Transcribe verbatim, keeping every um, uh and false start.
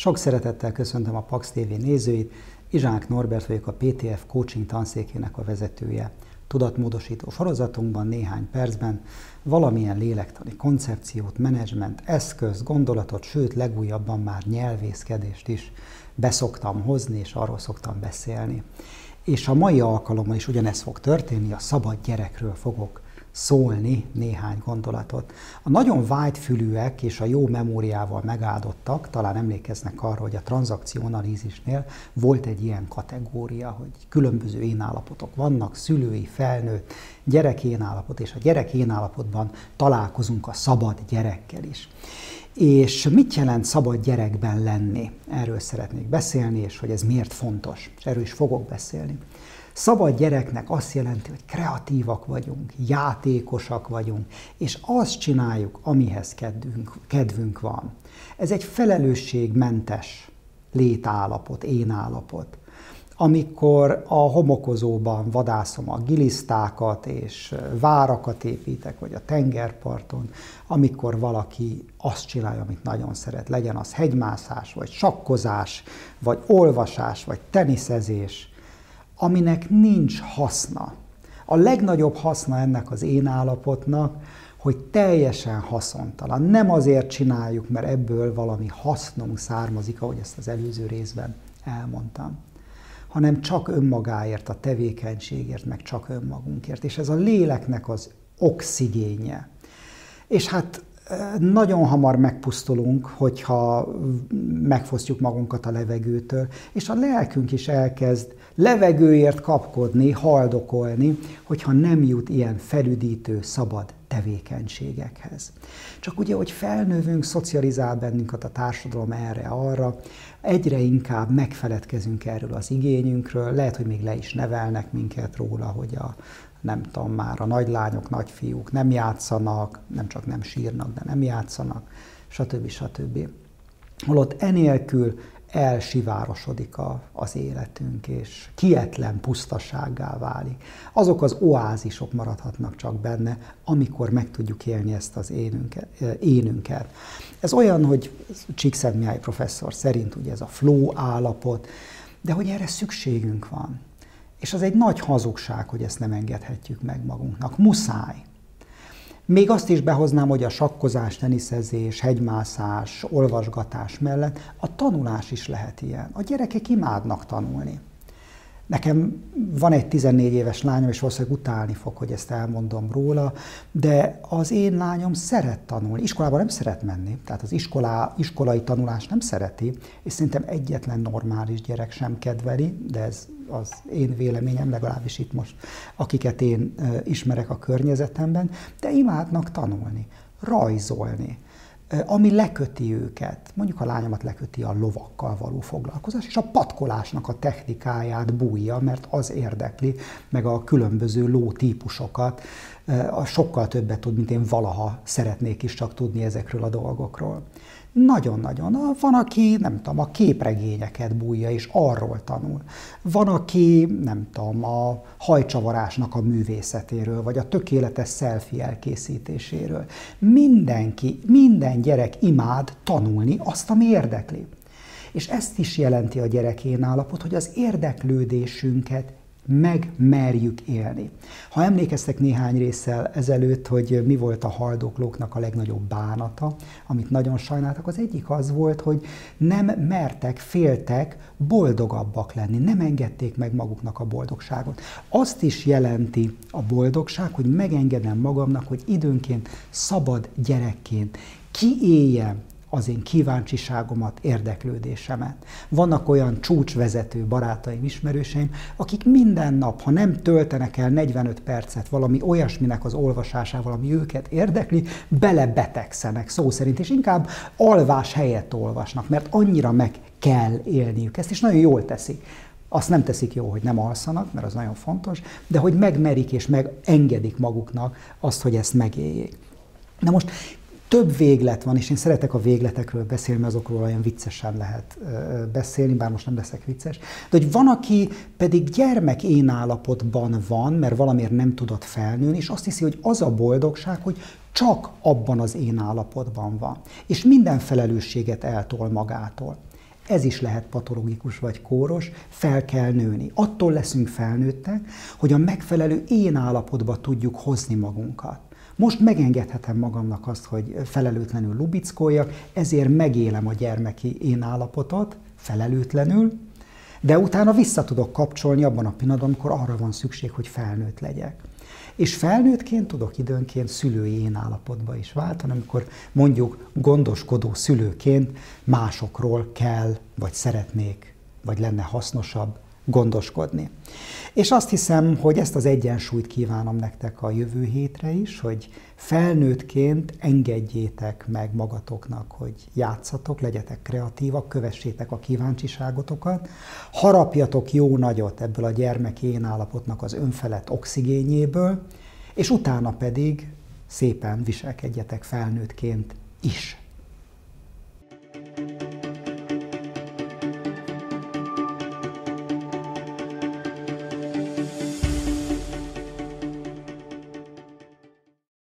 Sok szeretettel köszöntöm a Pax té vé nézőit, Izsák Norbert vagyok, a pé té ef coaching tanszékének a vezetője. Tudatmódosító sorozatunkban néhány percben valamilyen lélektani koncepciót, menedzsment, eszközt, gondolatot, sőt legújabban már nyelvészkedést is beszoktam hozni, és arról szoktam beszélni. És a mai alkalommal is ugyanez fog történni, a szabad gyerekről fogok szólni néhány gondolatot. A nagyon vágyfülűek és a jó memóriával megáldottak talán emlékeznek arra, hogy a tranzakcióanalízisnél volt egy ilyen kategória, hogy különböző énállapotok vannak, szülői, felnőtt, gyerek énállapot, és a gyerek énállapotban találkozunk a szabad gyerekkel is. És mit jelent szabad gyerekben lenni? Erről szeretnék beszélni, és hogy ez miért fontos, és erről is fogok beszélni. Szabad gyereknek azt jelenti, hogy kreatívak vagyunk, játékosak vagyunk, és azt csináljuk, amihez kedvünk, kedvünk van. Ez egy felelősségmentes létállapot, énállapot. Amikor a homokozóban vadászom a gilisztákat, és várakat építek, vagy a tengerparton, amikor valaki azt csinálja, amit nagyon szeret, legyen az hegymászás, vagy sakkozás, vagy olvasás, vagy teniszezés, aminek nincs haszna. A legnagyobb haszna ennek az énállapotnak, hogy teljesen haszontalan. Nem azért csináljuk, mert ebből valami hasznunk származik, ahogy ezt az előző részben elmondtam, hanem csak önmagáért, a tevékenységért, meg csak önmagunkért. És ez a léleknek az oxigénje. És hát nagyon hamar megpusztulunk, hogyha megfosztjuk magunkat a levegőtől, és a lelkünk is elkezd levegőért kapkodni, haldokolni, hogyha nem jut ilyen felüdítő, szabad tevékenységekhez. Csak ugye, hogy felnövünk, szocializál bennünket a társadalom erre-arra, egyre inkább megfeledkezünk erről az igényünkről, lehet, hogy még le is nevelnek minket róla, hogy a nem tudom már, a nagylányok, nagyfiúk nem játszanak, nem csak nem sírnak, de nem játszanak, stb. stb. Holott enélkül elsivárosodik a, az életünk, és kietlen pusztasággá válik. Azok az oázisok maradhatnak csak benne, amikor meg tudjuk élni ezt az énünket. énünket. Ez olyan, hogy Csíkszentmihalyi professzor szerint ugye ez a flow állapot, de hogy erre szükségünk van. És az egy nagy hazugság, hogy ezt nem engedhetjük meg magunknak. Muszáj. Még azt is behoznám, hogy a sakkozás, teniszezés, hegymászás, olvasgatás mellett a tanulás is lehet ilyen. A gyerekek imádnak tanulni. Nekem van egy tizennégy éves lányom, és valószínűleg utálni fog, hogy ezt elmondom róla, de az én lányom szeret tanulni. Iskolában nem szeret menni, tehát az iskolá, iskolai tanulást nem szereti, és szerintem egyetlen normális gyerek sem kedveli, de ez az én véleményem, legalábbis itt most, akiket én ismerek a környezetemben, de imádnak tanulni, rajzolni, ami leköti őket. Mondjuk a lányomat leköti a lovakkal való foglalkozás, és a patkolásnak a technikáját bújja, mert az érdekli, meg a különböző lótípusokat, sokkal többet tud, mint én valaha szeretnék is csak tudni ezekről a dolgokról. Nagyon-nagyon. Van, aki, nem tudom, a képregényeket bújja, és arról tanul. Van, aki, nem tudom, a hajcsavarásnak a művészetéről, vagy a tökéletes selfie elkészítéséről. Mindenki, minden gyerek imád tanulni azt, ami érdekli. És ezt is jelenti a gyerek énállapot, hogy az érdeklődésünket megmerjük élni. Ha emlékeztek néhány résszel ezelőtt, hogy mi volt a haldoklóknak a legnagyobb bánata, amit nagyon sajnáltak, az egyik az volt, hogy nem mertek, féltek boldogabbak lenni, nem engedték meg maguknak a boldogságot. Azt is jelenti a boldogság, hogy megengedem magamnak, hogy időnként szabad gyerekként kiéljem az én kíváncsiságomat, érdeklődésemet. Vannak olyan csúcsvezető barátaim, ismerőseim, akik minden nap, ha nem töltenek el negyvenöt percet valami olyasminek az olvasásával, ami őket érdekli, belebetegszenek szó szerint, és inkább alvás helyett olvasnak, mert annyira meg kell élniük ezt, és nagyon jól teszik. Azt nem teszik jó, hogy nem alszanak, mert az nagyon fontos, de hogy megmerik és megengedik maguknak azt, hogy ezt megéljék. Na most több véglet van, és én szeretek a végletekről beszélni, mert azokról olyan viccesen lehet beszélni, bár most nem leszek vicces. De hogy van, aki pedig gyermek énállapotban van, mert valamiért nem tudott felnőni, és azt hiszi, hogy az a boldogság, hogy csak abban az énállapotban van. És minden felelősséget eltol magától. ez is lehet patológikus vagy kóros, fel kell nőni. Attól leszünk felnőttek, hogy a megfelelő én állapotba tudjuk hozni magunkat. Most megengedhetem magamnak azt, hogy felelőtlenül lubickoljak, ezért megélem a gyermeki én állapotot, felelőtlenül, de utána vissza tudok kapcsolni abban a pillanatban, amikor arra van szükség, hogy felnőtt legyek. És felnőttként tudok időnként szülői én állapotba is váltani, amikor mondjuk gondoskodó szülőként másokról kell, vagy szeretnék, vagy lenne hasznosabb gondoskodni. És azt hiszem, hogy ezt az egyensúlyt kívánom nektek a jövő hétre is, hogy felnőttként engedjétek meg magatoknak, hogy játszatok, legyetek kreatívak, kövessétek a kíváncsiságotokat, harapjatok jó nagyot ebből a gyermeki én állapotnak az önfelett oxigénjéből, és utána pedig szépen viselkedjetek felnőttként is.